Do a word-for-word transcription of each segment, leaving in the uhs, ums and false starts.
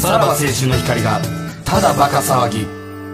さらば青春の光がただバカ騒ぎ。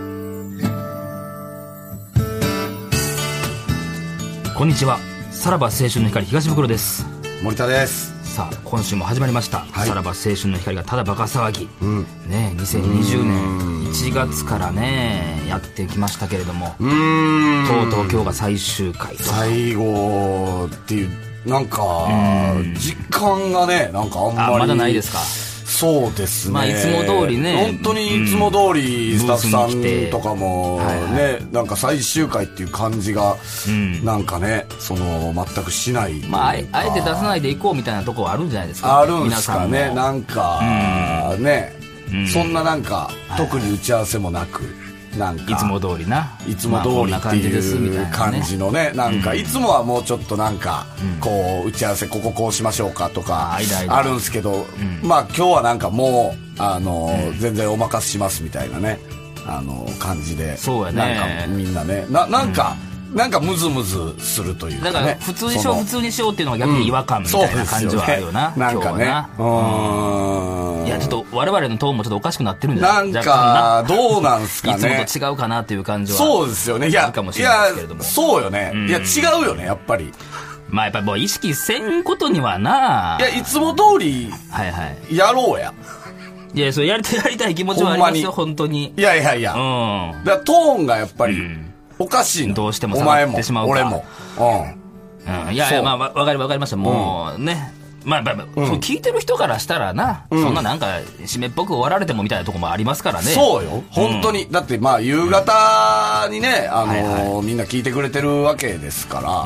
こんにちは、さらば青春の光東袋です。 森田です。 さあ今週も始まりました、はい、さらば青春の光がただバカ騒ぎ、うん、ね、にせんにじゅうねんいちがつからねやってきましたけれども、うーん、とうとう今日が最終回と。 最後っていうなんか実感がね、なんかあんまり。 あ、まだないですか。 そうですね、 まあ、いつも通りね、 本当にいつも通りスタッフさんとかもね、はいはい、なんか最終回っていう感じが、うん、なんかね、その全くしない。 まあ、あえて出さないでいこうみたいなところはあるんじゃないですか。 あるんですかね、なんか、うん、ね、うん、そんななんか、うん、特に打ち合わせもなく、なんかいつも通りないつも通りっていう感じのね、なんかいつもはもうちょっとなんかこう打ち合わせこここうしましょうかとかあるんですけど、まあ今日はなんかもうあの全然お任せしますみたいなね、あの感じで、 そうやね、 なんかみんなね、ななんかなんかムズムズするというかね、だから普通にしよう普通にしようっていうのが逆に違和感みたいな感じはあるよな、 なんかね、うーん、いやちょっと我々のトーンもちょっとおかしくなってるんじゃないなんかどうなんすかね、 いつもと違うかなっていう感じは。 そうですよね、いやいいかもしれないですけれども、 いやそうよね、いや違うよねやっぱり。 まあやっぱりもう意識せんことにはな、 いやいつも通りやろうや。 いやそれやりたいやりたい気持ちはありますよ本当に。 いやいやいや、うん、だからトーンがやっぱり、うんおかしいの。 どうしても下がってしまうか。 俺も。 うん。うん、いやいや、まあ、わかりわかりました。もうね。まあ、まあ、うん、そう聞いてる人からしたらな、うん、そんななんか、締めっぽく終わられてもみたいなとこもありますからね。 そうよ。本当に。うん、だって、まあ、夕方にね、あのーはいはい、みんな聞いてくれてるわけですから、うん、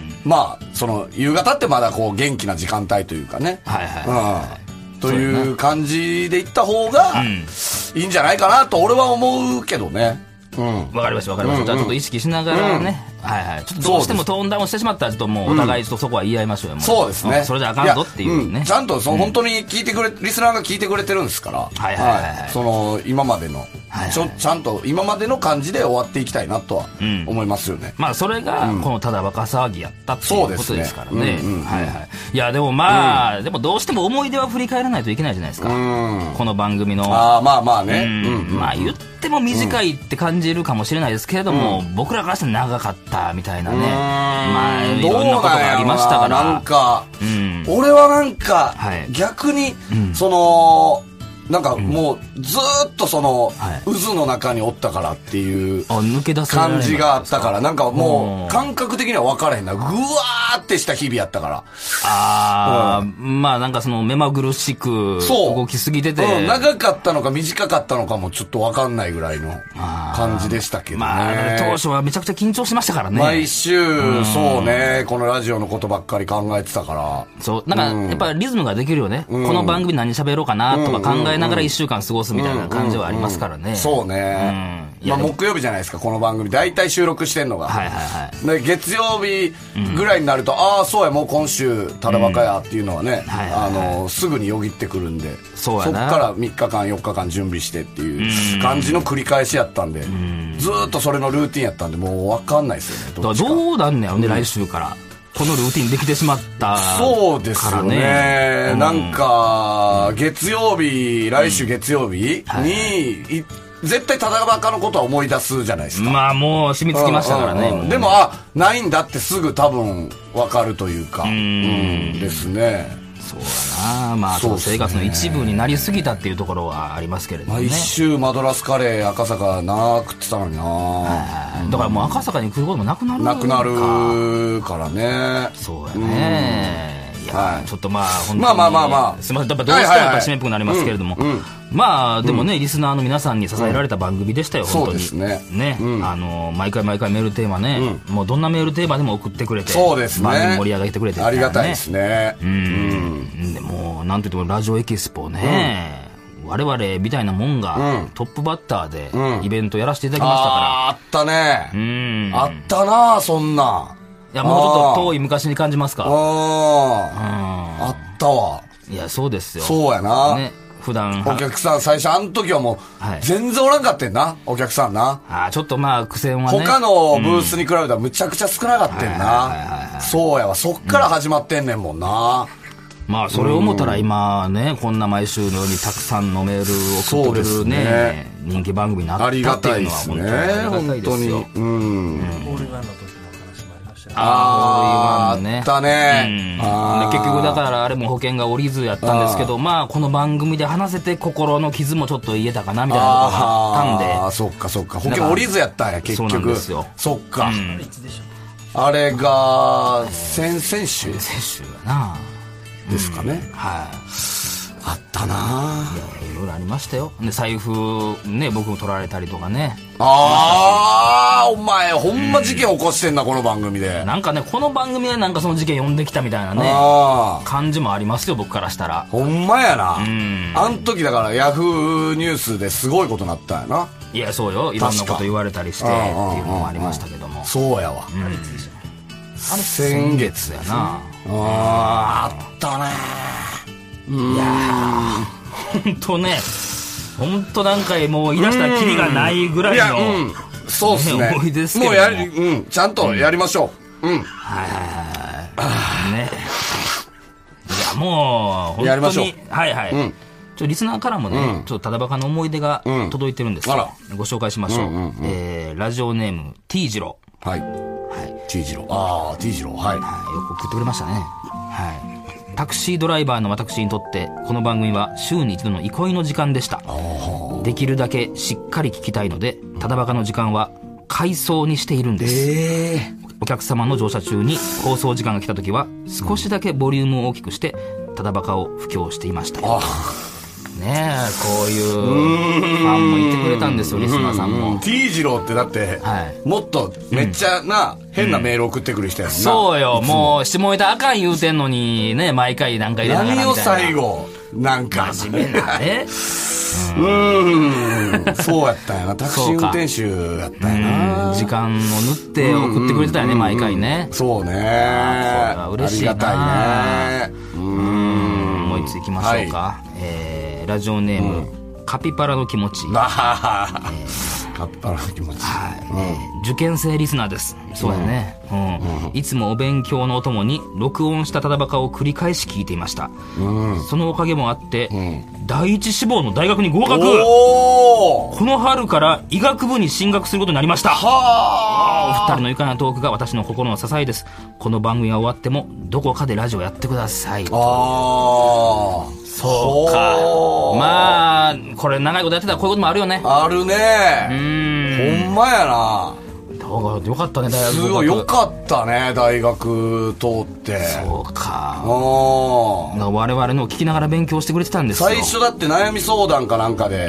まあ、その、夕方ってまだこう、元気な時間帯というかね。 はいはいはい。 うん、という感じでいった方が、いいんじゃないかなと、俺は思うけどね。 うん、分かりました分かりました、うんうん、じゃあちょっと意識しながらね、うん、はいはい、ちょっとどうしてもトーンダウンしてしまったらちょっともうお互いちょっとそこは言い合いましょうよ、もうそうですね、 それじゃあかんぞっていうね、 うん、ちゃんとその本当に聞いてくれ、リスナーが聞いてくれてるんですから、はいはいはい、はい、その今までの、はいはい、ちょちゃんと今までの感じで終わっていきたいなとは思いますよね、 うん、まあそれがこのただバカ騒ぎやったっていうことですからね、いやでもまあ、うん、でもどうしても思い出は振り返らないといけないじゃないですか、うん、この番組のあまあまあね、 うんうんうん、まあ言っても短いって感じるかもしれないですけれども、うん、僕らからしたら長かったみたいなね、まあいろんなことがありましたから、 なんか、うん、俺はなんか、はい、逆に、うん、そのなんかもうずーっとその渦の中におったからっていう感じがあったから、なんかもう感覚的には分からへんな、ぐわーってした日々やったから、 ああ、うん、まあなんかその目まぐるしく動きすぎてて、 うん、長かったのか短かったのかもちょっと分かんないぐらいの感じでしたけどね。 まあ当初はめちゃくちゃ緊張しましたからね、 毎週、うん、そうね、このラジオのことばっかり考えてたから、 そうなんかやっぱりリズムができるよね、うん、この番組何喋ろうかなとか考えながらいっしゅうかん過ごすみたいな感じはありますからね、うんうんうん、 そうね、うん、まあ木曜日じゃないですかこの番組大体収録してんのが、はいはいはい、で月曜日ぐらいになると、うん、ああそうやもう今週ただバカやっていうのはね、うんはいはいはい、あのすぐによぎってくるんで、 そうやな、 そっからみっかかんよっかかん準備してっていう感じの繰り返しやったんで、うん、ずーっとそれのルーティンやったんでもう分かんないですよね、どっちかどうなんねやろね、うん、来週からこのルーティンできてしまったからね。 そうですよね、うん、なんか月曜日、来週月曜日に、うんはい、絶対ただバカのことは思い出すじゃないですか。 まあもう染みつきましたからね、 うんうんうん、でもあないんだってすぐ多分分かるというか、うん、うん、ですね。 そうだな、まあその生活の一部になりすぎたっていうところはありますけれどもね。 毎週マドラスカレー赤坂な食ってたのにな、 うん、だからもう赤坂に来ることもなくなるなくなるからね。 そうやね、うん、いや、はい、ちょっとまあ本当にまあまあまあまあすみません、やっぱどうしてもやっぱ締めっぽくなりますけれども、うんうん、まあでもね、うん、リスナーの皆さんに支えられた番組でしたよ、うん、本当にそうですね、 ね、うん、あの毎回毎回メールテーマね、うん、もうどんなメールテーマでも送ってくれて、 そうですね、 番組盛り上げてくれて、ね、 ありがたいですね、うん、 うん、でもなんといってもラジオエキスポね、うん、我々みたいなもんがトップバッターでイベントやらせていただきましたから、うん、 あ, あったね、うん、あったなそんな、 いやもうちょっと遠い昔に感じますか。あ、うん、 あったわ。 いやそうですよ、 そうやな、 ね、普段お客さん最初あの時はもう全然おらんかってんな、はい、お客さんな。 あちょっとまあ苦戦はね、 他のブースに比べたらむちゃくちゃ少なかったんな、そうやわ、そっから始まってんねんもんな、 まあそれを思ったら今ね、こんな毎週のようにたくさんのメールを送ってくれるね、ね人気番組になったっていうのは本当にありがたいですよ。うん。オールワンの時の話もありましたね。ああ、ね、あったね。うん、で結局だからあれも保険が下りずやったんですけど、まあこの番組で話せて心の傷もちょっと癒えたかなみたいなところがあったんで。ああ、 そっかそっか。保険下りずやったんや結局。 そうなんですよ。 そっか。うん、あれが先々週。 先週やな。 ですかね、うん、はい、あったなぁ。 いろいろありましたよ。で財布ね、僕も取られたりとかね。 ああ、お前ほんま事件起こしてんな、うん、この番組で。 なんかね、この番組でなんかその事件呼んできたみたいなね感じもありますよ、僕からしたら。 ほんまやな、うん、あん時だからヤフーニュースですごいことになったんやな。 いやそうよ、いろんなこと言われたりしてっていうのもありましたけども。 そうやわ、うん、あれ先月やな。ああ、あったね。 いやー、ほんとね、ほんと何回もう言い出したらキリがないぐらいの、 うん、そうっすね、思いですけども。もうやり、うん、ちゃんとやりましょう。うん。はいはいはい。ね。いや、もう、本当に。やりましょう。はいはい。うん、ちょリスナーからもね、うん、ちょっとただバカの思い出が届いてるんですよ。うん、ご紹介しましょう。うんうんうん、えー、ラジオネーム T 字路。はい。 はい、T 字路。ああ、T 字路。はい。 はい、よく送ってくれましたね。はい。タクシードライバーの私にとってこの番組は週に一度の憩いの時間でした。できるだけしっかり聞きたいので、ただバカの時間は回送にしているんです。えー、お客様の乗車中に放送時間が来た時は少しだけボリュームを大きくしてただバカを布教していましたよ。ねえ、こういうファンもいてくれたんですよ、リスナーさんも。うんうん、 T 字路ってだって、はい、もっとめっちゃな、うん、変なメール送ってくる人やんな、うん、 そうよ、もう下ネタあかん言うてんのにね、毎回何回入れながらみたいな。 何を最後なんか真面目なね。 うーん、そうやったんやな。タクシー運転手やったんやな。 時間を縫って送ってくれてたよね、毎回ね。 そうね。これは嬉しいな。 ありがたいね。 うーん、もう一ついきましょうか。はい、えー、ラジオネーム、うん、カピバラの気持ち。あー、えーカピバラの気持ち。はい、 うん、えー、受験生リスナーです。そうやね。うんうんうん、いつもお勉強のお供に録音したただバカを繰り返し聞いていました。うん、そのおかげもあって、うん、第一志望の大学に合格。おこの春から医学部に進学することになりました。はお二人の愉快なトークが私の心の支えです。この番組が終わってもどこかでラジオやってください。ああ、そうか。まあこれ長いことやってたらこういうこともあるよね。 あるね。うん、ほんまやな。 よかったね、大学。 すごいよかったね、大学通って。 そうか。我々の聞きながら勉強してくれてたんですよ。 最初だって悩み相談かなんかで、うん、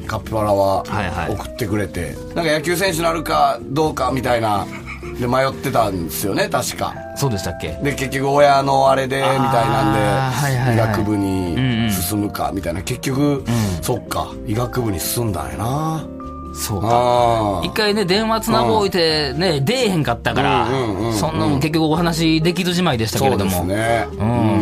カピバラは送ってくれて、はいはい、なんか野球選手になるかどうかみたいなで迷ってたんですよね、確か。 そうでしたっけ。 で結局親のあれでみたいなんで、はいはいはい、医学部に進むかみたいな、結局、うん、そっか医学部に進んだんやな。 そうか。一回ね、電話つなごいてね、出えへんかったから、うんうんうん、そんなも結局お話できずじまいでしたけれども。そうですね。うん、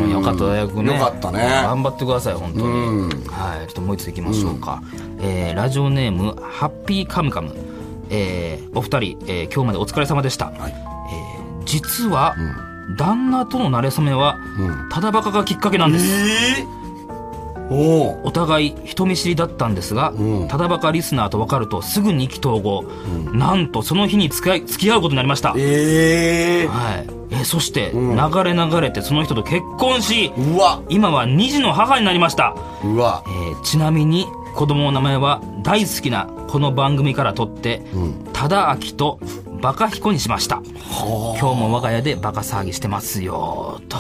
よかった大学ね。 よかったね。 頑張ってください、本当に。うん、はい、ちょっともう一ついきましょうか。うん、えー、ラジオネーム、ハッピーカムカム。えー、お二人、えー、今日までお疲れ様でした。はい、えー、実は、うん、旦那との馴れ初めは、うん、ただバカがきっかけなんです。えーお, お互い人見知りだったんですが、うん、ただバカリスナーと分かるとすぐに意気投合、うん、なんとその日に付き、付き合うことになりました。えーはいえー、そして、うん、流れ流れてその人と結婚し、うわ今はに児の母になりました。うわ、えー、ちなみに子供の名前は大好きなこの番組から取って、うん、ただあきとバカヒコにしました。今日も我が家でバカ騒ぎしてますよと。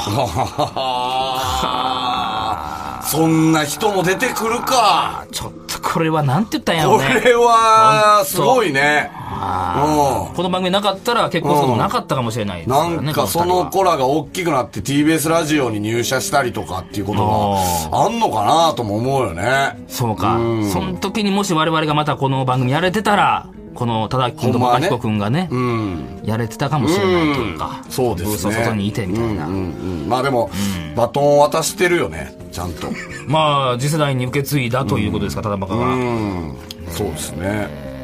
そんな人も出てくるか。 ちょっとこれはなんて言ったんやろうね。 これはすごいね。 うん、この番組なかったら結婚することなかったかもしれないですからね、 うん、なんかその子らが大きくなって ティービーエス ラジオに入社したりとかっていうことがあんのかなとも思うよね。 そうか、うん、その時にもし我々がまたこの番組やれてたらこのただきくんとバカヒコくんがね、うん、やれてたかもしれないというか、 うん、そうですね、ブースの外にいてみたいな、うんうんうん、まあでも、うん、バトンを渡してるよねちゃんと。 まあ次世代に受け継いだということですか、ただバカが、 うん、そうですね。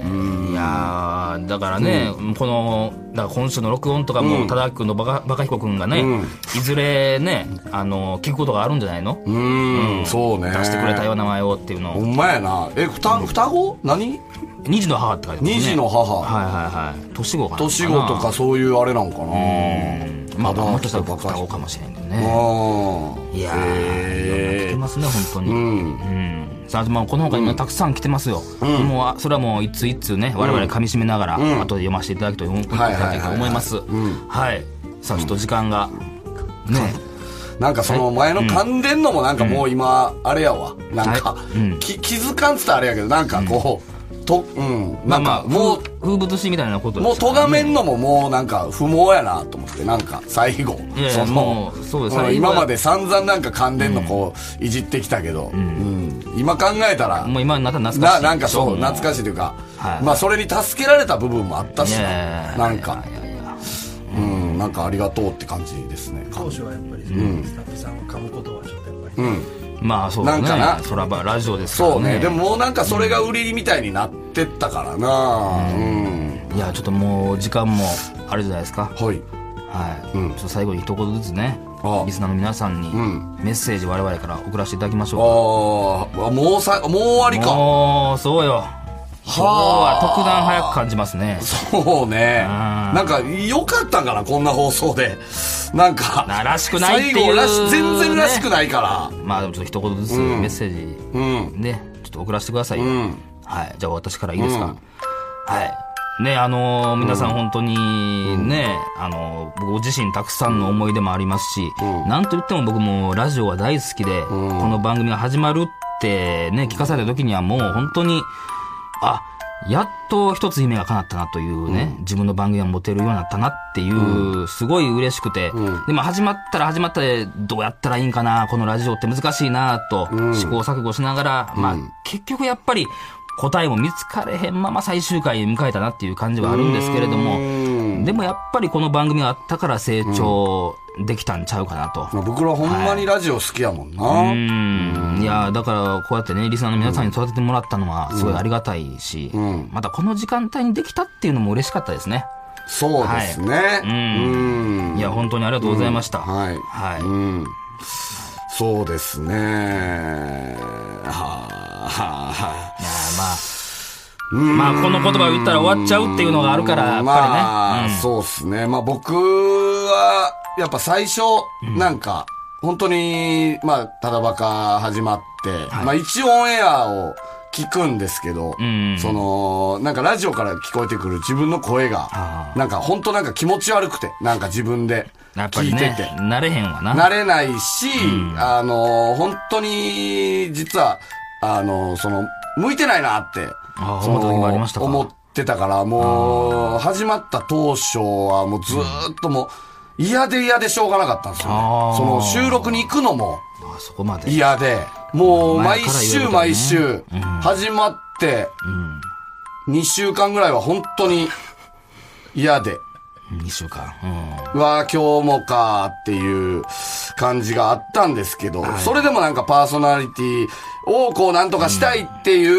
いやーだからね、うん、このだから今週の録音とかも、うん、忠明君のバカバカ彦君がね、うん、いずれねあの聞くことがあるんじゃないの。 うん、うん、そうね、 出してくれたよ名前をっていうのを。 ほんまやな。え、ふた双子何二児の母って書いてますね。 二児の母、 はいはいはい。年子かな。 年子とかそういうあれなんかな。 まあもっとしたら双子かもしれんけどね。いやー、来てますね本当に。うん。うんさあまあこの他にもたくさん来てますよ。うん、もうそれはもう一通一通ね我々噛み締めながら、うん、後で読ませていただきたいと思います。はい。さあちょっと時間がね。 なんかその前の噛んでんのもなんかもう今あれやわ。なんか気づかんつったらあれやけどなんかこう。と、うん。なんか、もう、 風物詩みたいなことですからね。もう、咎めんのももうなんか、不毛やなと思って、なんか、最後。 いやいや、もう、そうですね。 今まで散々なんか噛んでんのこう、いじってきたけど、うん。今考えたら、 もう今になったら懐かしい。 な、なんかそう、懐かしいというか、まあ、それに助けられた部分もあったしな、なんか、うん、なんかありがとうって感じですね。 当初はやっぱり、スタッフさんを噛むことはちょっとやっぱり。うん。 まあそうですね。なんかな。そらばラジオですからね。 そうね。でももうなんかそれが売りみたいになってったからな。うん。 いやちょっともう時間もあるじゃないですか。 はい。 はい。うん、ちょっと最後に一言ずつね。リスナーの皆さんにメッセージ我々から送らせていただきましょうか。ああ、もうさもう終わりか。 もうそうよ。今日は特段早く感じますね。 そうね。なんか良かったんかなこんな放送で。なんからしくないっていう、 最後らし全然らしくないから、 ね、まあでもちょっと一言ずつメッセージね、うん、ちょっと送らせてくださいよ、うん、はいじゃあ私からいいですか、うん、はいねあのー、皆さん本当にね、うん、あのー、僕自身たくさんの思い出もありますし、うん、なんといっても僕もラジオが大好きで、うん、この番組が始まるってね聞かされた時にはもう本当にあやっと一つ夢が叶ったなというね、うん、自分の番組が持てるようになったなっていう、うん、すごい嬉しくて、うん、でも始まったら始まったでどうやったらいいんかなこのラジオって難しいなと試行錯誤しながら、うん、まあ結局やっぱり答えも見つかれへんまま最終回迎えたなっていう感じはあるんですけれども、でもやっぱりこの番組があったから成長できたんちゃうかなと、 うん、僕らほんまにラジオ好きやもんな、はい、 うんいやだからこうやってねリスナーの皆さんに育ててもらったのはすごいありがたいし、うん、またこの時間帯にできたっていうのも嬉しかったですね。 そうですね、はい、うんうんいや本当にありがとうございました、うん、 はい、はいうん、そうですねはあはあいやまあまあこの言葉を言ったら終わっちゃうっていうのがあるからやっぱりね、 まあうん、そうですねまあ僕はやっぱ最初なんか本当にまあただバカ始まって、はい、まあ一応オンエアを聞くんですけど、うん、そのなんかラジオから聞こえてくる自分の声がなんか本当なんか気持ち悪くてなんか自分で聞いてて、 ね、慣れへんわな慣れないし、うん、あの本当に実はあのその向いてないなってその時もありましたか思ってたからもう始まった当初はもうずーっともう嫌で嫌でしょうがなかったんですよね。その収録に行くのも嫌でもう毎週毎週始まってにしゅうかんぐらいは本当に嫌でにしゅうかん、うん、うわ今日もかっていう感じがあったんですけど、はい、それでもなんかパーソナリティをこうなんとかしたいっていう、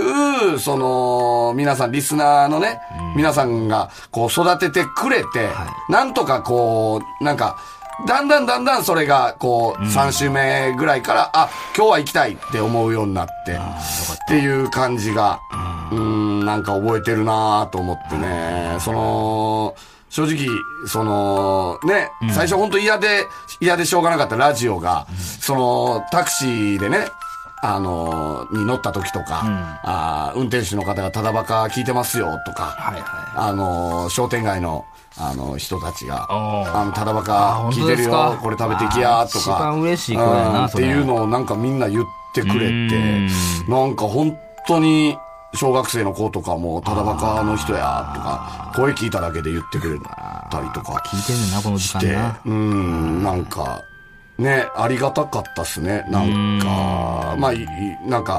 うん、その皆さんリスナーのね、うん、皆さんがこう育ててくれて、はい、なんとかこうなんかだんだんだんだんそれがこうさん週目ぐらいから、うん、あ今日は行きたいって思うようになってっていう感じがうーんなんか覚えてるなと思ってねその正直、その、ね、うん、最初本当嫌で、嫌でしょうがなかったラジオが、うん、その、タクシーでね、あの、に乗った時とか、うん、あ運転手の方がただバカ聞いてますよとか、はいはい、あの、商店街の、あの、人たちが、あの、ただバカ聞いてるよ、これ食べてきや、とか、一番嬉しい声やな、 っていうのをなんかみんな言ってくれて、なんか本当に、小学生の子とかもただバカの人やとか声聞いただけで言ってくれたりとか聞いてんねんなこの時間なうんなんかねありがたかったっすねなんかまあなんか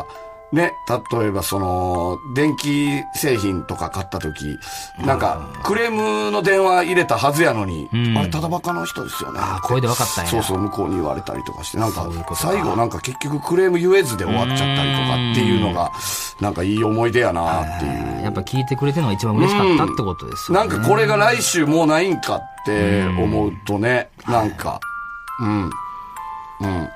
ね、例えばその、電気製品とか買った時、なんか、クレームの電話入れたはずやのに、うん、あれ、ただバカの人ですよね。 ああ、声で分かったんや。 そうそう、向こうに言われたりとかして、なんか、最後なんか結局クレーム言えずで終わっちゃったりとかっていうのが、なんかいい思い出やなっていう。 やっぱ聞いてくれてるのが一番嬉しかったってことですよね。 うん、なんかこれが来週もうないんかって思うとね、うん、なんか、うん。うん。いや。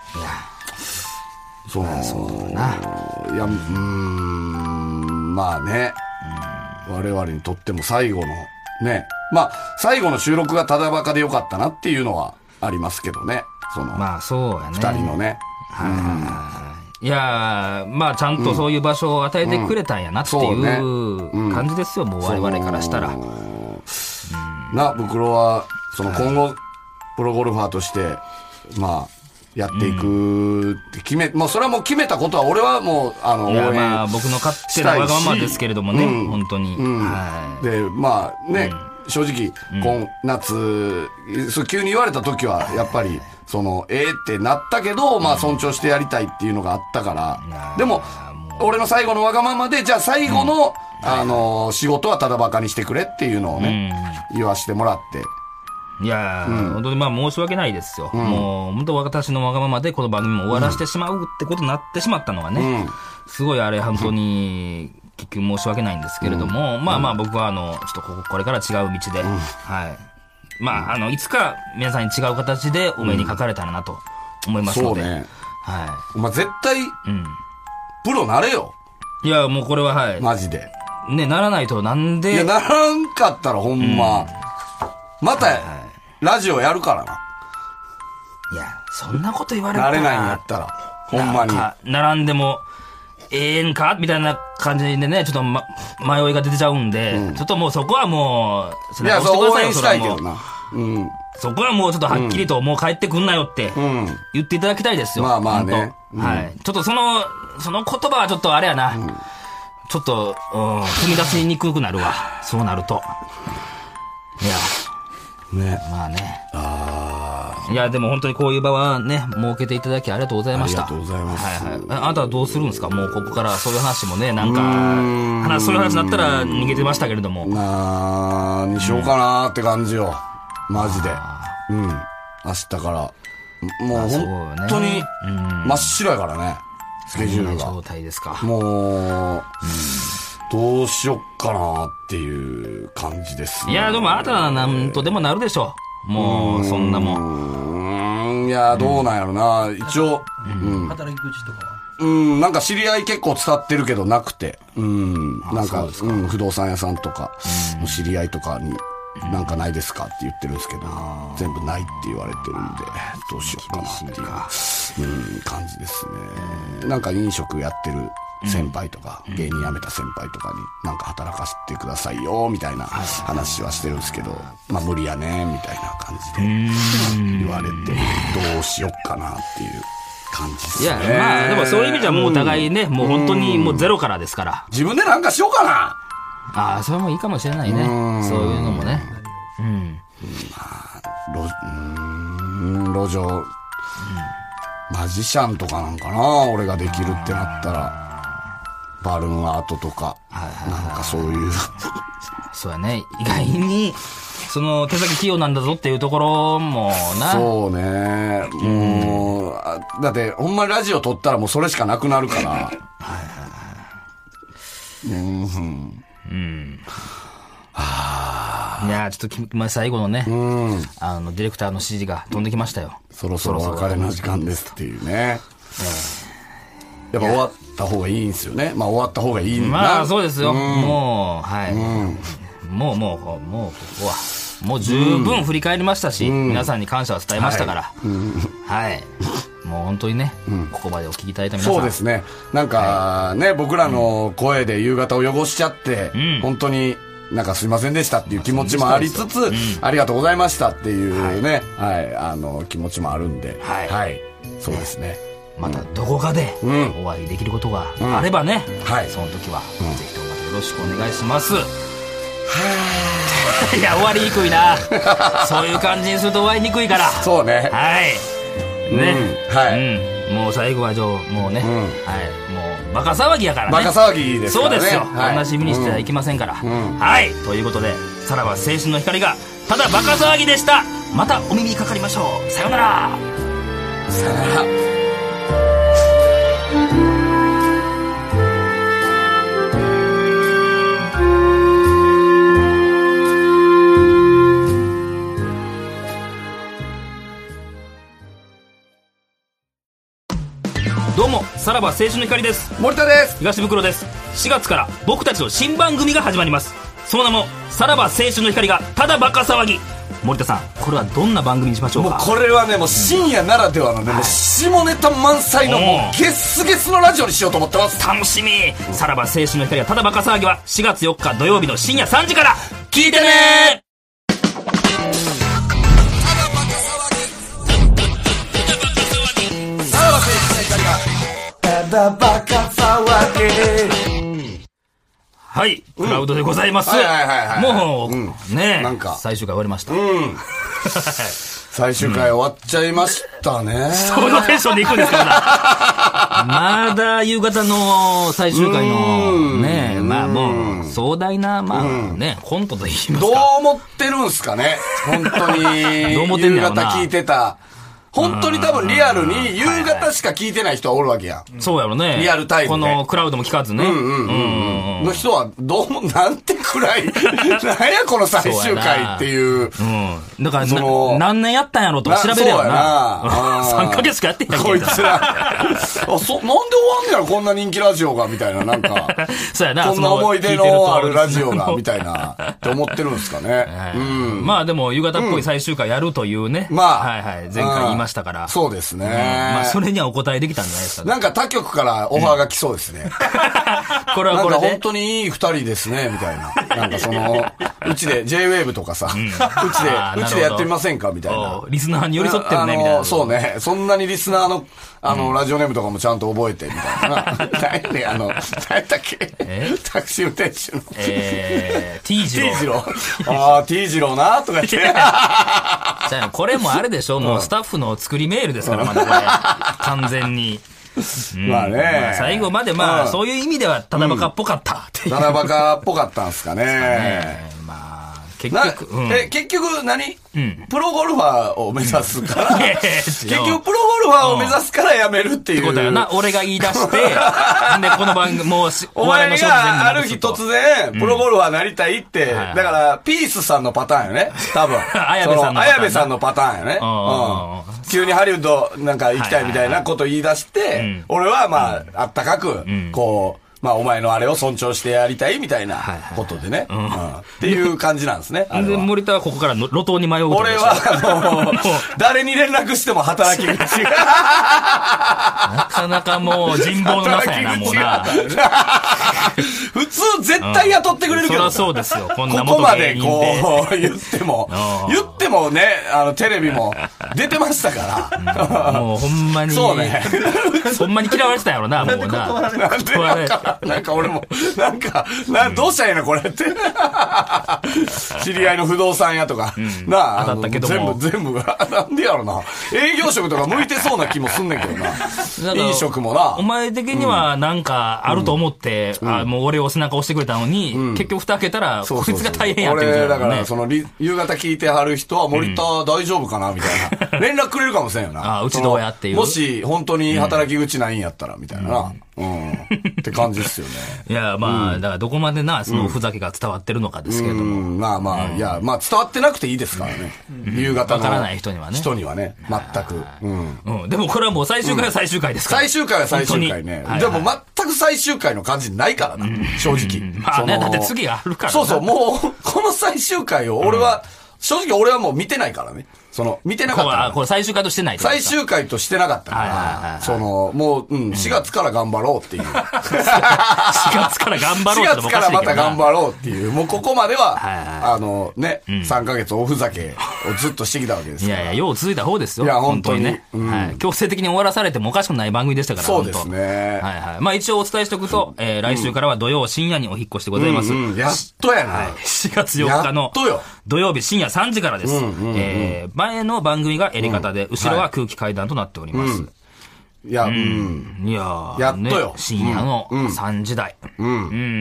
そうな。そうな。いや、うーん、まあね、うん、我々にとっても最後の、ね、まあ、最後の収録がただバカでよかったなっていうのはありますけどね。その、 まあそうやね。 二人のね。 はいはいはい。いやー、まあちゃんとそういう場所を与えてくれたんやなっていう感じですよ、もう我々からしたら。 な、袋は、その今後、プロゴルファーとして、まあ、やっていくって決め、うん、もうそれはもう決めたことは俺はもう、あの、応援したいし。いやまあ僕の勝手なわがままですけれどもね、うん、本当に。うんはい、で、まあね、うん、正直、うん、今夏、そう急に言われた時は、やっぱり、その、ええー、ってなったけど、まあ尊重してやりたいっていうのがあったから、うん、でも、俺の最後のわがままで、じゃあ最後の、うん、あの、仕事はただバカにしてくれっていうのをね、うん、言わしてもらって、 いやー、うん、本当にまあ申し訳ないですよ。うん、もう、本当私のわがままでこの番組も終わらせてしまうってことになってしまったのがね、うん、すごいあれ本当に、結局申し訳ないんですけれども、うん、まあまあ僕はあの、ちょっとこれから違う道で、うん、はい。まあ、あの、いつか皆さんに違う形でお目にかかれたらなと思いますので。そうね。はい。 お前絶対、うん。プロなれよ。 いや、もうこれははい。 マジで。 ね、ならないとなんで。 いや、ならんかったらほんま、うん、また、はいはいラジオやるからな。 いや、そんなこと言われたら。 なれないんやったら。ほんまに。 なんか、並んでも、ええんかみたいな感じでね、ちょっと、ま、迷いが出てちゃうんで、うん、ちょっともうそこはもう、 いや、そう応援したいけどな。 うん。そこはもうちょっとはっきりと、もう帰ってくんなよって、言っていただきたいですよ。 まあまあね。 うん、はい。ちょっとその、その言葉はちょっとあれやな。うん、ちょっと、うん、踏み出しにくくなるわ。そうなると。いや。 ね。 まあね。ああ。いや、でも本当にこういう場はね、設けていただきありがとうございました。 ありがとうございます。はいはい。 あなたはどうするんですかもうここからそういう話もね、なんか、話、そういう話になったら逃げてましたけれども。 なーにしようかなーって感じよ。マジで。うん。明日から。もう本当に真っ白やからね。スケジュールが。 状態ですか。 もう、どうしよっかなっていう感じですね。 いや、でもあなたはなんとでもなるでしょう。もう、そんなもん。うん、いや、どうなんやろな。一応、 うん。働き口とかはうん、なんか知り合い結構伝ってるけどなくて。うん。なんか、うん、不動産屋さんとか、知り合いとかに、なんかないですかって言ってるんですけど、全部ないって言われてるんで、どうしようかなっていう、うん、感じですね。なんか飲食やってる先輩とか、うん、芸人辞めた先輩とかになんか働かせてくださいよみたいな話はしてるんですけど、まあ無理やねみたいな感じで言われてどうしよっかなっていう感じですね。いやまあでもそういう意味じゃもうお互いね、うん、もう本当にもうゼロからですから。 自分でなんかしようかな。 ああそれもいいかもしれないね。うそういうのもね。うん。 まあ路うん路上、うん、マジシャンとかなんかな俺ができるってなったら。バルーンアートとか、なんかそういう。 そうやね。意外に、その手先器用なんだぞっていうところもな。 そうね。もう、だってほんまにラジオ撮ったらもうそれしかなくなるから。はいはいはい。うん。うん。 はあ。いやちょっと、まあ、最後のね、うん、あの、ディレクターの指示が飛んできましたよ。 そろそろ別れの時間ですっていうね。やっぱ終わった方がいいんですよね。まあ終わった方がいいんだ。 まあそうですよ。うん、もう、はい。うん、もうもう、もう、ここは、もう十分振り返りましたし、うん、皆さんに感謝は伝えましたから。はい。はい、もう本当にね、うん、ここまでお聞きいただいた皆さん。 そうですね。なんかね、はい、僕らの声で夕方を汚しちゃって、うん、本当に、なんかすいませんでしたっていう気持ちもありつつ、うん、ありがとうございましたっていうね、はい、はい、あの、気持ちもあるんで、はい。はい、そうですね。 またどこかでお会いできることがあればね、うんはい、その時はぜひともまたよろしくお願いします。はいや終わりにくいなそういう感じにすると終わりにくいからそうねはいね、 うん、はい、うんもう最後はじゃもうね、うん、はい、もうバカ騒ぎやからね。 バカ騒ぎですからね。 そうですよ。 はい、 同じ身にしてはいけませんから。 うん、 はい。ということで、さらば青春の光がただバカ騒ぎでした。またお耳にかかりましょう。さようなら。 さようなら。 どうも、さらば青春の光です。 森田です。 東袋です。しがつから僕たちの新番組が始まります。その名もさらば青春の光がただバカ騒ぎ。森田さん、これはどんな番組にしましょうか。 もうこれはね、もう深夜ならではのね、うん、もう下ネタ満載のもうゲスゲスのラジオにしようと思ってます。 楽しみ、うん、さらば青春の光がただバカ騒ぎはしがつよっか土曜日の深夜さんじから聞いてね。 ただバカ騒ぎ。 はい、クラウドでございます。もう、うん、ねえ、なんか最終回終わりました。うん、 最終回終わっちゃいましたね。うん、 そのテンションで行くんですか。まだ夕方の最終回のね、まあもう壮大なまあね、コントと言いますか。 どう思ってるんすかね。本当にどう思ってんのやろな。 夕方聞いてた。本当に多分リアルに夕方しか聞いてない人はおるわけや。 そうやろね。 リアルタイムで。このクラウドも聞かずね。うんうんうん。の人はどうも、なんて暗い。なんやこの最終回っていう。うん。 だから、その、何年やったんやろと調べるやろな。さんかげつかやってんやんけ。 こいつら。あ、そ、なんで終わんねやろこんな人気ラジオが、みたいな、なんか。 そうやな。 こんな思い出のあるラジオが、みたいな、って思ってるんですかね。 うん。まあでも、夕方っぽい最終回やるというね。まあ。はいはい。前回言いましたから。 そうですね。 まあ、それにはお答えできたんじゃないですか。 なんか他局からオファーが来そうですね。 これはこれで。 なんか本当にいい二人ですね、みたいな。なんかその、うちで ジェイウェーブ とかさ、うちで、うちでやってみませんかみたいな。 リスナーに寄り添ってるね、みたいな。 そうね。そんなにリスナーの、あの、ラジオネームとかもちゃんと覚えて、みたいな。何やねん、あの、何やったっけタクシー運転手の。 えー、T 字路。 T 字路。あー、T 字路な、とか言って。じゃあ、これもあれでしょ、もうスタッフの作りメールですから、まだこれ。完全に。 まあね、まあ、 最後までまあ、うん、そういう意味ではただバカっぽかったっていう、 ただバカっぽかったんすかね。 ね、まあ結局、 うん、え結局何、うん、プロゴルファーを目指すから結局プロゴルファーを目指すからやめるっていう、うん、ってことやな。俺が言い出してでこの番組もうお前がある日突然プロゴルファーなりたいって、うん、だからピースさんのパターンよね多分綾部さんの綾部さんのパターンよね、うん、急にハリウッドなんか行きたいみたいなこと言い出して、はいはいはい、俺はまあ、うん、あったかく、うん、こうまあ、お前のあれを尊重してやりたいみたいなことでね。はいはいうんうん、っていう感じなんですね。 で、森田はここからの路頭に迷う。 俺は、もう、誰に連絡しても働き口が。 なかなかもう人望のなさやな、もうな。 普通絶対雇ってくれるけど、 うん、そりゃそうですよ。こんなここまでこう、言っても、言ってもね、あの、テレビも出てましたから。 うん、もうほんまに。そうね。ほんまに嫌われてたやろな、もうな。 断れなんか俺も、なんか、などうしたらいいのこれって。知り合いの不動産屋とか、うん、なあ、 当たったけども全部、全部が、なんでやろな。営業職とか向いてそうな気もすんねんけどな。飲食もな。 お前的にはなんかあると思って、うん、あもう俺を背中押してくれたのに、うん、結局蓋開けたら、こいつが大変やってるじゃん、ね。 俺、だから、その、夕方聞いてはる人は、森田大丈夫かなみたいな。連絡くれるかもしれんよな。 あうちどうやっていう。 もし、本当に働き口ないんやったら、みたいなな。うん。って感じですよね。 いや、まあ、うん、だからどこまでな、そのふざけが伝わってるのかですけれども。 うん、まあまあ、うん、いや、まあ伝わってなくていいですからね。うん、夕方の。 わからない人にはね。 人にはね、全く。 うん。うん。でもこれはもう最終回は最終回ですから。 最終回は最終回ね。でも全く最終回の感じないからな、正直。 まあね、だって次あるから。 そうそう、もう、この最終回を俺は、正直俺はもう見てないからね。その、見てなかったから。 これ最終回としてない最終回としてなかったから、その、もう、うん、しがつから頑張ろうっていう。しがつから頑張ろうって。 しがつからまた頑張ろうっていう。もうここまでは、あの、ね、さんかげつおふざけをずっとしてきたわけですから。 いやいや、よう続いた方ですよ。 いや、本当にね。 強制的に終わらされてもおかしくない番組でしたから。 そうですね。 はいはい。まあ一応お伝えしておくと、来週からは土曜深夜にお引っ越しでございます。 やっとやな。 しがつよっかの土曜日深夜さんじからです。前の番組がやり方で、うん、後ろは空気階段となっております。うん、 いや、うん。 いややっとよ。 深夜のさんじ台。 うん。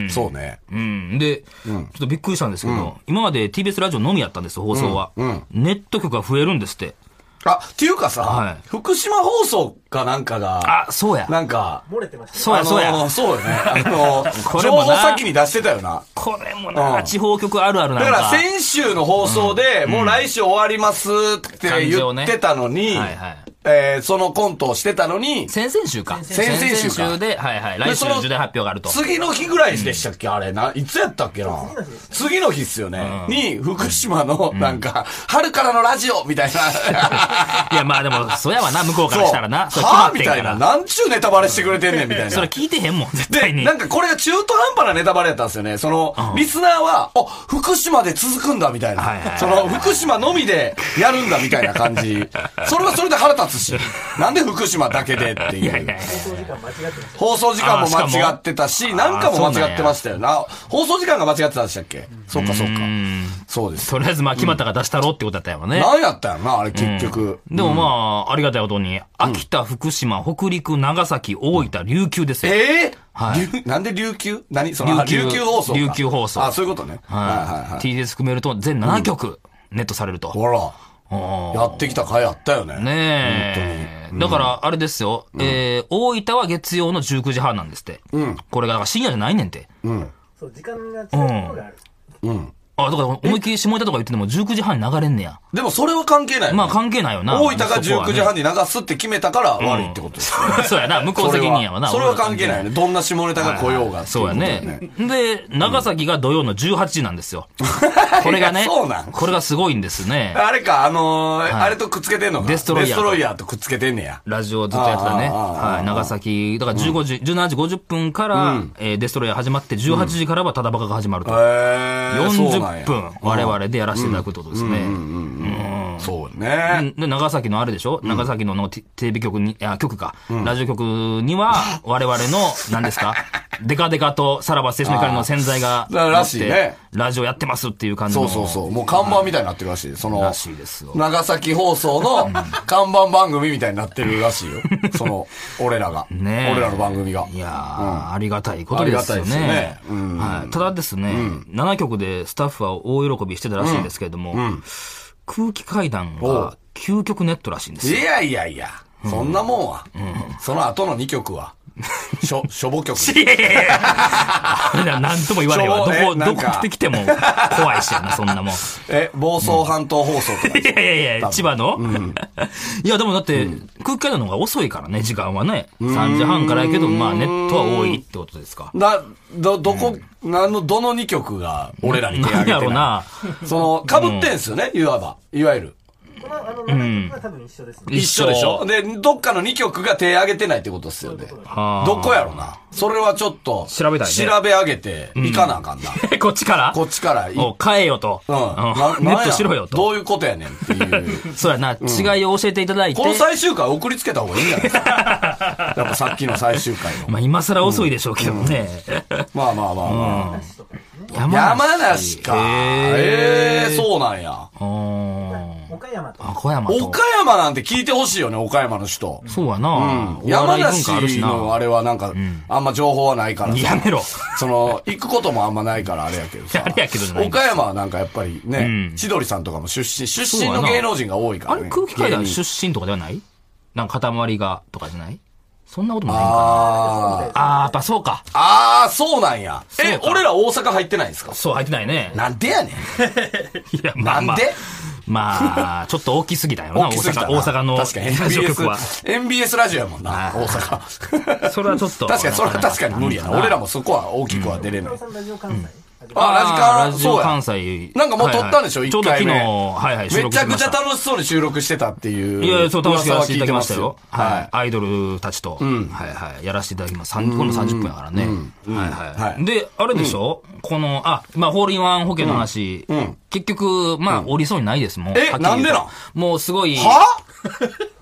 そうね。 うん。で、ちょっとびっくりしたんですけど、今まで ティービーエス ラジオのみやったんです、放送は。ネット局が増えるんですって。 あ、っていうかさ、福島放送かなんかが、 あ、そうや。 なんか、 漏れてました。 そうや、そうや。 そうよね。あの、情報先に出してたよな。 これもな、地方局あるあるなんか。 だから先週の放送で、もう来週終わりますって言ってたのに、えー、そのコントをしてたのに、 先々週か。 先々週か。 先々週で、はいはい。来週重大発表があると。 次の日ぐらいでしたっけ、あれな。いつやったっけな。次の日っすよね。に、福島の、なんか、春からのラジオみたいな。 いや、まあでも、そやわな、向こうからしたらな。 そう。はぁみたいな。なんちゅうネタバレしてくれてんねん、みたいな。 それ聞いてへんもん、絶対に。 で、なんかこれが中途半端なネタバレやったんですよね。その、リスナーは、あ、福島で続くんだ、みたいな。その、福島のみでやるんだ、みたいな感じ。それはそれで腹立つし。なんで福島だけでっていう。放送時間も間違ってたし、なんかも間違ってましたよな。放送時間が間違ってたんでしたっけ？そっかそっか。そうです。 とりあえずまあ決まったから出したろってことだったよね。 何やったよな、あれ結局。 でもまあ、ありがたいことに、秋田、福島、北陸、長崎、大分、琉球ですよ。 ええはい。なんで琉球何その琉球放送琉球放送。 あ、そういうことね。はいはいはい。 ティービーエス 含めると全ななきょくネットされると。 ほら。やってきた回あったよね。 ねえ。だから、あれですよ。えー、大分は月曜のじゅうくじはんなんですって。うん。これが深夜じゃないねんて。 うん。そう、時間が違うところがある。 うん。 あ、だから思いっきり下ネタとか言っててもじゅうくじはんに流れんねや。 でもそれは関係ない。 まあ関係ないよな。 大分がじゅうくじはんに流すって決めたから悪いってことですよね。 そうやな、向こう責任やわな。 それは関係ないよね。どんな下ネタが来ようが。 そうやね。で、長崎が土曜のじゅうはちじなんですよ。これがね。 そうなん。 これがすごいんですね。 あれか、あの、あれとくっつけてんのか。 デストロイヤー。 デストロイヤーとくっつけてんねや。 ラジオずっとやってたね。はい。長崎、だからじゅうごじ、じゅうしちじごじゅっぷんから、デストロイヤー始まってじゅうはちじからはただバカが始まると。よんじゅっぷん、我々でやらせていただくってことですね。 そうね。 で、長崎のあれでしょ、長崎ののテレビ局に、いや、局か。ラジオ局には、我々の、何ですかデカデカとさらば青春の光の洗剤が、 らしいね。 ラジオやってますっていう感じの。 そうそうそう。もう看板みたいになってるらしい。その、 らしいですよ。 長崎放送の看板番組みたいになってるらしいよ。その、俺らが。ね俺らの番組が。 いやー、ありがたいことですよね。はい。ただですね、ななきょくでスタッフは大喜びしてたらしいんですけれども、空気階段が究極ネットらしいんですよ。 いやいやいや、そんなもんは。その後のにきょくは。しょ、しょぼ曲。 いやいやいや。なんとも言われへんわ。どこ、どこ来てきても怖いしやな、そんなもん。 え、房総半島放送とか。 いやいやいや、千葉のいや、でもだって、空気階段の方が遅いからね、時間はね。さんじはんからやけど、まあネットは多いってことですか。 な、ど、どこ、なの、どのにきょくが俺らに手挙げてない。やろな。その、被ってんすよね、いわば。いわゆる。 この、あの、ななきょくが多分一緒ですね。 一緒でしょで、どっかのにきょくが手挙げてないってことですよね。どこやろな。それはちょっと、 調べたいね。 調べ上げて、いかなあかんな。 こっちからこっちから。 お、変えよと。うん。ネットしろよと。 どういうことやねんっていう。 そうやな、違いを教えていただいて。 この最終回送りつけた方がいいんじゃないですか。やっぱさっきの最終回の。 まあ今更遅いでしょうけどね。 まあまあまあまあ。 山梨か。ええ、そうなんや。 岡山と。 岡山と。 岡山なんて聞いてほしいよね、岡山の人。 そうやな。 山梨のあれはなんか、あんま情報はないからさ。 やめろ。 その、行くこともあんまないからあれやけどさ。 あれやけど岡山はなんかやっぱりね、千鳥さんとかも出身、出身の芸能人が多いからね。 あれ空気階段出身とかではない？なんか塊がとかじゃない？そんなこともないんかな。ああ、やっぱそうか。 ああ、そうなんや。え、俺ら大阪入ってないんですか？ そう、入ってないね。 なんでやねん。いや、まあ、なんでまあ、ちょっと大きすぎたよな、大阪、大阪の。 確かに エヌビーエス、エヌビーエス ラジオやもんな、大阪。 それはちょっと。 確かに、それは確かに無理やな。俺らもそこは大きくは出れない。 あ、ラジカン、関西。 なんかもう撮ったんでしょ、一回目。 ちょうど昨日、はいはい、 めちゃくちゃ楽しそうに収録してたっていう。 いや、そう、楽しくやらせていただきましたよ。はい。アイドルたちと、はいはい、やらせていただきます。今度さんじゅっぷんやからね。はいはい。で、あれでしょこの、あ、まあ、ホールインワン保険の話、結局、まあ、降りそうにないですもん。 え、なんでなん？ もうすごい。 は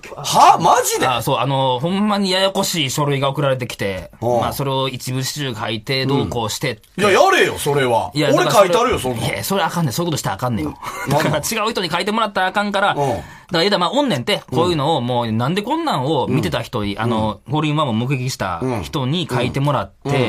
はマジで？ あ、そう、あの、ほんまにややこしい書類が送られてきて、まあ、それを一部始終書いて、どうこうして、 うん。いや、やれよ、それは。いや、俺書いてあるよ、そんな。 いや、それあかんねん。そういうことしたらあかんねんよ。だから違う人に書いてもらったらあかんから、だから、まあ、おんねんて、こういうのを、もう、なんでこんなんを見てた人に、あの、ホールインワンも目撃した人に書いてもらって、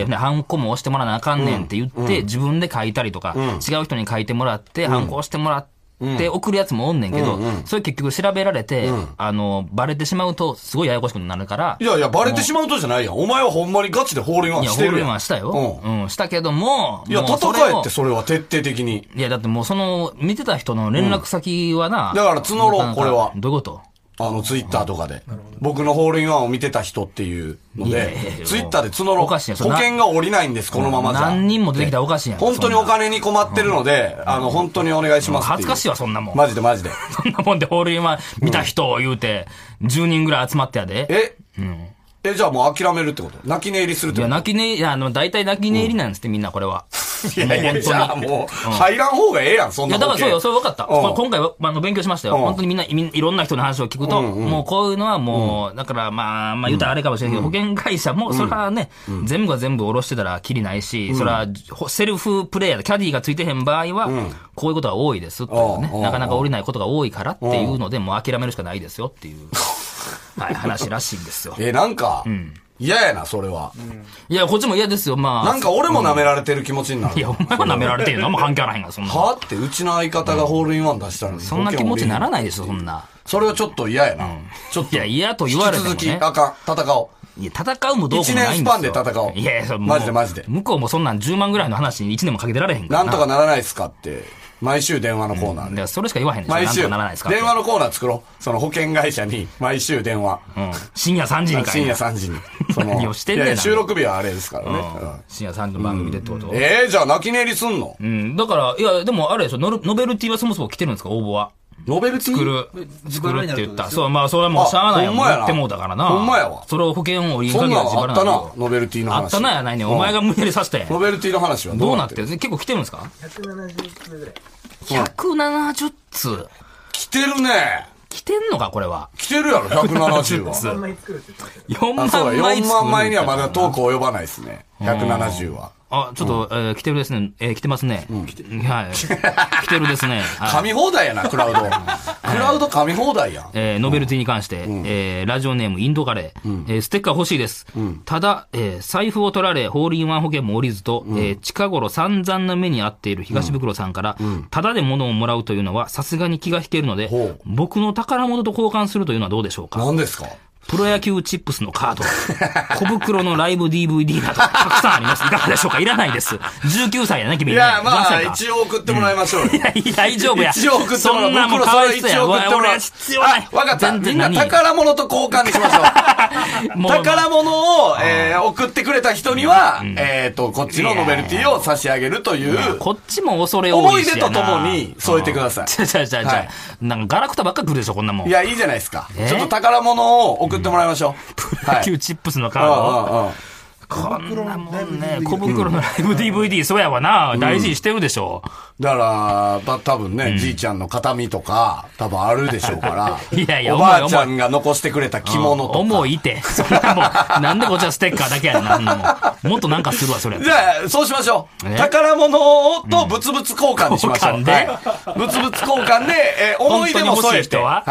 ハンコも押してもらわなあかんねんって言って、自分で書いたりとか、違う人に書いてもらって、ハンコ押してもらって、で、送るやつもおんねんけど、うんうん、それ結局調べられて、うん、あの、バレてしまうと、すごいややこしくなるから。 いやいや、バレてしまうとじゃないやん。お前はほんまにガチでホールインワンしてるやん。いや、ホールインワンしたよ。うん。うん、したけども、 いや、戦えってそれは徹底的に。 いや、だってもうその、見てた人の連絡先はな。 うん、だから募ろう、これは。 どういうこと？ あの、ツイッターとかで。僕のホールインワンを見てた人っていうので、ツイッターで募ろう。保険が下りないんです、このままじゃ。 何人も出てきたらおかしいやん。 本当にお金に困ってるので、あの、本当にお願いします。 恥ずかしいわ、そんなもん。 マジでマジで。 そんなもんでホールインワン見た人を言うて、じゅうにんぐらい集まってやで。 えうん。え、じゃあもう諦めるってこと？泣き寝入りするってこと？ いや、泣き寝入り、いや、あの、大体泣き寝入りなんですって、みんなこれは。 いやいや、じゃあもう、入らん方がええやん、そんな。 いや、だからそうよ、それ分かった。今回、あの、勉強しましたよ。本当にみんな、いろんな人の話を聞くと、もうこういうのはもう、だから、まあ、まあ、言ったらあれかもしれないけど、保険会社も、それはね、全部が全部下ろしてたらきりないし、それは、セルフプレイヤー、キャディーがついてへん場合は、こういうことが多いですっていうね。なかなか降りないことが多いからっていうので、もう諦めるしかないですよっていう、はい、話らしいんですよ。 え、なんか、嫌やな、それは。 いや、こっちも嫌ですよ、まあ。 なんか俺も舐められてる気持ちになる。 いや、お前は舐められてるのも関係あらへんが、そんな。 はって、うちの相方がホールインワン出したのに。 そんな気持ちにならないですよ、そんな。 それはちょっと嫌やな。ちょっと。 いや、嫌と言われてもね。 引き続き、あかん、戦おう。 いや、戦うもどうこもないんですよ。 一年スパンで戦おう。 いやいや、それマジでマジで。 向こうもそんなんじゅうまんぐらいの話にいちねんもかけてられへんからな。なんとかならないっすかって。毎週電話のコーナーで。 いや、それしか言わへんでしょ。 毎週。 なんとかならないですか。 電話のコーナー作ろう。その保険会社に毎週電話。 うん。深夜さんじにかい。 深夜さんじに。 何をしてんねん。いや、 収録日はあれですからね。 深夜さんじの番組でってこと？ ええ、じゃあ泣き寝入りすんの？ うん。だから、いや、でもあれでしょ。ノベルティはそもそも来てるんですか、応募は。 ノベルティ作る。作るって言った。そう、まあ、それはもうしゃあないよ。言ってもうだからな。 ほんまやわ。 それを保険を売りにかけた自腹なの。あったな、ノベルティの話。 あったなやないね。お前が無理やりさせて。 ノベルティの話はどうなってる？結構来てるんですか？ ひゃくななじゅっつうぐらい。 ひゃくななじゅっつう。 来てるね。 来てんのか、これは。 来てるやろ、ひゃくななじゅうは。 よんまんまい作るって言ってました。よんまんまい作る。 よんまんまいにはまだトーク及ばないですね。ひゃくななじゅうは。 あ、ちょっと、えー、来てるですね。えー、来てますね。うん、来てはい。来てるですね。 噛み放題やな、クラウド。クラウド噛み放題やん。 えー、ノベルティに関して、うん、えー、ラジオネームインドカレー。うん、えー、ステッカー欲しいです。うん、ただ、えー、財布を取られ、ホールインワン保険も降りずと、うん、えー、近頃散々な目に遭っている東袋さんから、うん、ただで物をもらうというのは、さすがに気が引けるので、うん、僕の宝物と交換するというのはどうでしょうか？ 何ですか？ プロ野球チップスのカード、小袋のライブ ディーブイディー など、たくさんあります。いかがでしょうか？いらないです。じゅうきゅうさいやね、君。 いや、まあ、一応送ってもらいましょうよ。 いや、大丈夫や。 一応送ってもらう。 そんなもんかわいそうや。俺必要ない。 わかった。みんな宝物と交換にしましょう。宝物を、えー、送ってくれた人には、えっと、こっちのノベルティを差し上げるという。 こっちも恐れ多いし。 思い出とともに添えてください。 ちゃちゃちゃちゃ。なんかガラクタばっか来るでしょ、こんなもん。 いや、いいじゃないですか。ちょっと宝物を送ってもらいましょう。 プロ野球チップスのカード。こんなもんね、小袋のライブ ディーブイディー、そうやわな、大事にしてるでしょ。 だから、多分ね、じいちゃんの形見とか、多分あるでしょうから。 いやいや、 おばあちゃんが残してくれた着物とか。 重いて。それはもう、なんでこっちはステッカーだけやねん、なんのも。もっとなんかするわ、それ。 じゃあ、そうしましょう。宝物と物々交換にしましょう。で、物々交換で、え、思い出も添えて。はい、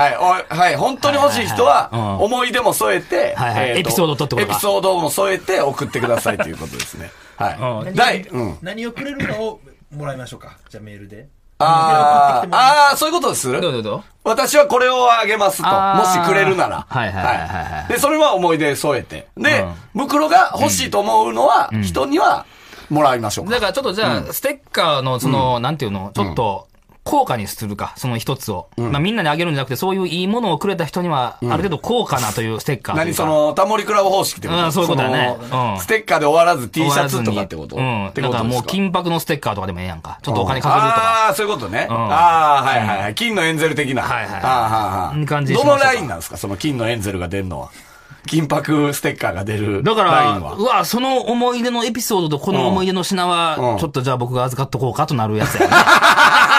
はい、本当に欲しい人は、思い出も添えて、 エピソードとってことエピソードも添えて送ってくださいということですね。はい。第、うん。 何をくれるのをもらいましょうか。じゃあメールで。 ああ、ああ、そういうことでする？ どうどうどう？ 私はこれをあげますと。もしくれるなら。 はいはいはいはい。 で、それは思い出添えて。で、袋が欲しいと思うのは、人にはもらいましょうか。 だからちょっとじゃあ、ステッカーのその、なんていうの、ちょっと、高価にするか、その一つを。うん、まあみんなにあげるんじゃなくて、そういういいものをくれた人には、ある程度高価なというステッカー。 何その、タモリクラブ方式ってこと？ うん、そういうことだね。 うん。ステッカーで終わらず T シャツとかってこと？ うん。だからもう金箔のステッカーとかでもええやんか。ちょっとお金かけるとか。 ああ、そういうことね。ああ、はいはいはい。金のエンゼル的な。はいはい。ああ、感じどのラインなんですか？その金のエンゼルが出るのは。金箔ステッカーが出るラインは。だから、 うわ、その思い出のエピソードとこの思い出の品は、ちょっとじゃあ僕が預かっとこうかとなるやつやね。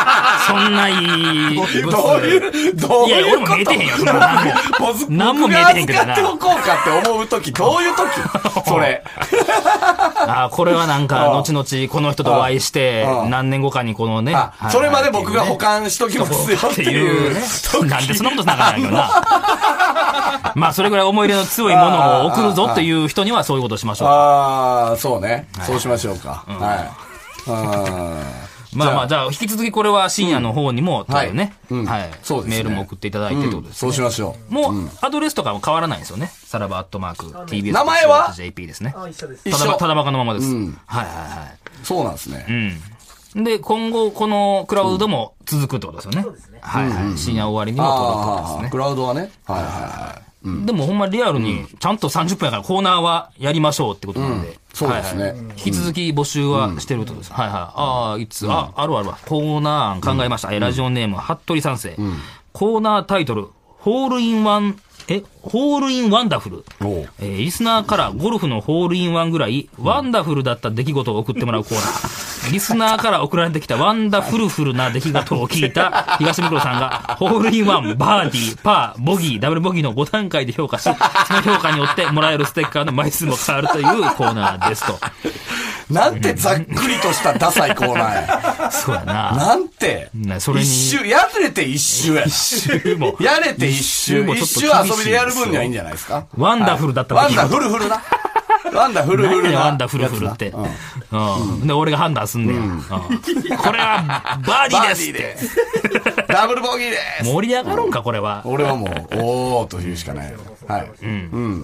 そんないい。 どういう、どういうこと？いや、 俺も見えてへんよ、そんな何も。何も見えてへんけどな。 僕が預かっておこうかって思うとき、どういうときそれ。 あ、これはなんか、後々この人とお会いして、何年後かにこのね。 それまで僕が保管しときますよっていうね。 なんでそんなことなかないけどな。まあ、それぐらい思い入れの強いものを送るぞっていう人にはそういうことしましょう。 ああ、そうね。そうしましょうか。はい。 まあまあ、じゃあ、引き続きこれは深夜の方にも、はい。ね。はい。そうですね。メールも送っていただいてってことですね。 そうしましょう。もう、アドレスとかも変わらないんですよね。さらばアットマーク、ティービーエス。 名前はジェーピー ですね。 あ、一緒です。 ただ、ただバカのままです。はいはいはい。 そうなんですね。 うん。で、今後、このクラウドも続くってことですよね。そうですね。はいはい。深夜終わりにも届くんですね。 クラウドはね。はいはいはい。 でもほんまリアルに、ちゃんとさんじゅっぷんやからコーナーはやりましょうってことなんで。 そうですね。 引き続き募集はしてるってことです。はいはい。ああ、いつ、あ、あるあるわ。コーナー案考えました。ラジオネーム、服部三世。コーナータイトル、ホールインワン、え、ホールインワンダフル。えー、リスナーからゴルフのホールインワンぐらい、ワンダフルだった出来事を送ってもらうコーナー。リスナーから送られてきたワンダフルフルな出来事を聞いた東袋さんが、ホールインワン、バーディー、パー、ボギー、ダブルボギーのご段階で評価し、その評価によってもらえるステッカーの枚数も変わるというコーナーですと。 なんてざっくりとしたダサいコーナーや。 そうやな。 なんて。 それに。 一周、やれて一周や。 一周も。 やれて一周。一周遊びでやる分にはいいんじゃないですか。 ワンダフルだったワンダフルフルな。ワンダフルフルな。 ワンダフルフルって。うん。で、俺が判断すんねん。これは、バーディーですって。 ダブルボギーです。 盛り上がるんか、これは。 俺はもう、おーというしかないよ。はい。うん。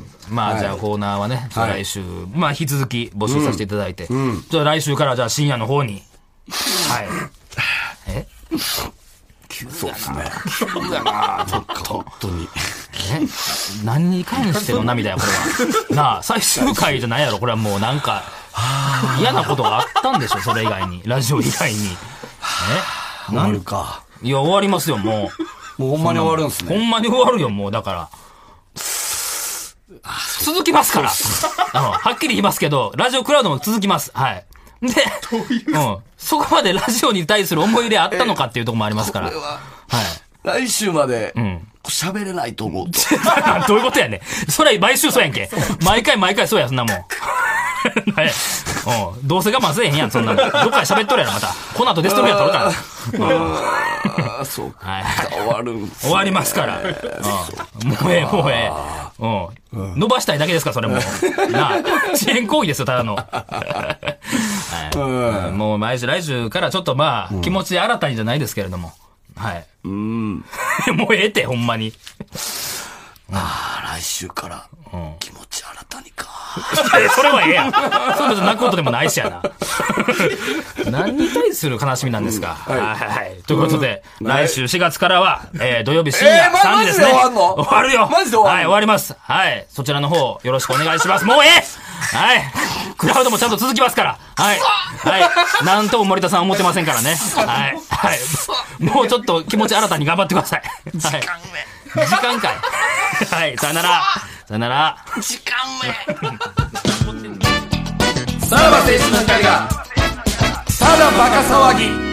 まあ、じゃあコーナーはね、来週、まあ、引き続き募集させていただいて。じゃあ来週から、じゃあ深夜の方に。はい。えそうですね。 急やなちょっと。 本当に。 え何に関しての涙や、これは。なあ、最終回じゃないやろ、これはもうなんか、嫌なことがあったんでしょ、それ以外に。ラジオ以外に。 え終わるか。 いや、終わりますよ、もう。もうほんまに終わるんすね。 ほんまに終わるよ、もう、だから。続きますから。はっきり言いますけど、ラジオクラウドも続きます。はい。で、うん。そこまでラジオに対する思い入れあったのかっていうところもありますから。はい。 来週まで、喋れないと思うと。 どういうことやねん。それ毎週そうやんけ。毎回毎回そうや、そんなもん。うん。どうせ我慢せえへんやん、そんなの。どっかで喋っとるやろ、また。この後デストロイヤー取るから。 ああ、そうか。終わるん終わりますから。もうええ、もうええ。うん。伸ばしたいだけですか、それも。なあ。遅延行為ですよ、ただの。もう毎週、来週からちょっとまあ、気持ち新たにじゃないですけれども。はい。うん。もうええって、ほんまに。 ああ、来週から、気持ち新たにか。 それはええやん。そういうこと泣くことでもないしやな。何に対する悲しみなんですか。はいはい。ということで、来週しがつからは、えー、土曜日深夜さんじですね。 終わるの終わるよ。 マジで終わるはい、終わります。はい。そちらの方、よろしくお願いします。もうええはい。クラウドもちゃんと続きますから。はい。はい。なんとも森田さん思ってませんからね。はい。はい。もうちょっと気持ち新たに頑張ってください。 時間目。時間かい。はい。さよなら。さよなら。 時間目。さらば青春の光が、ただバカ騒ぎ。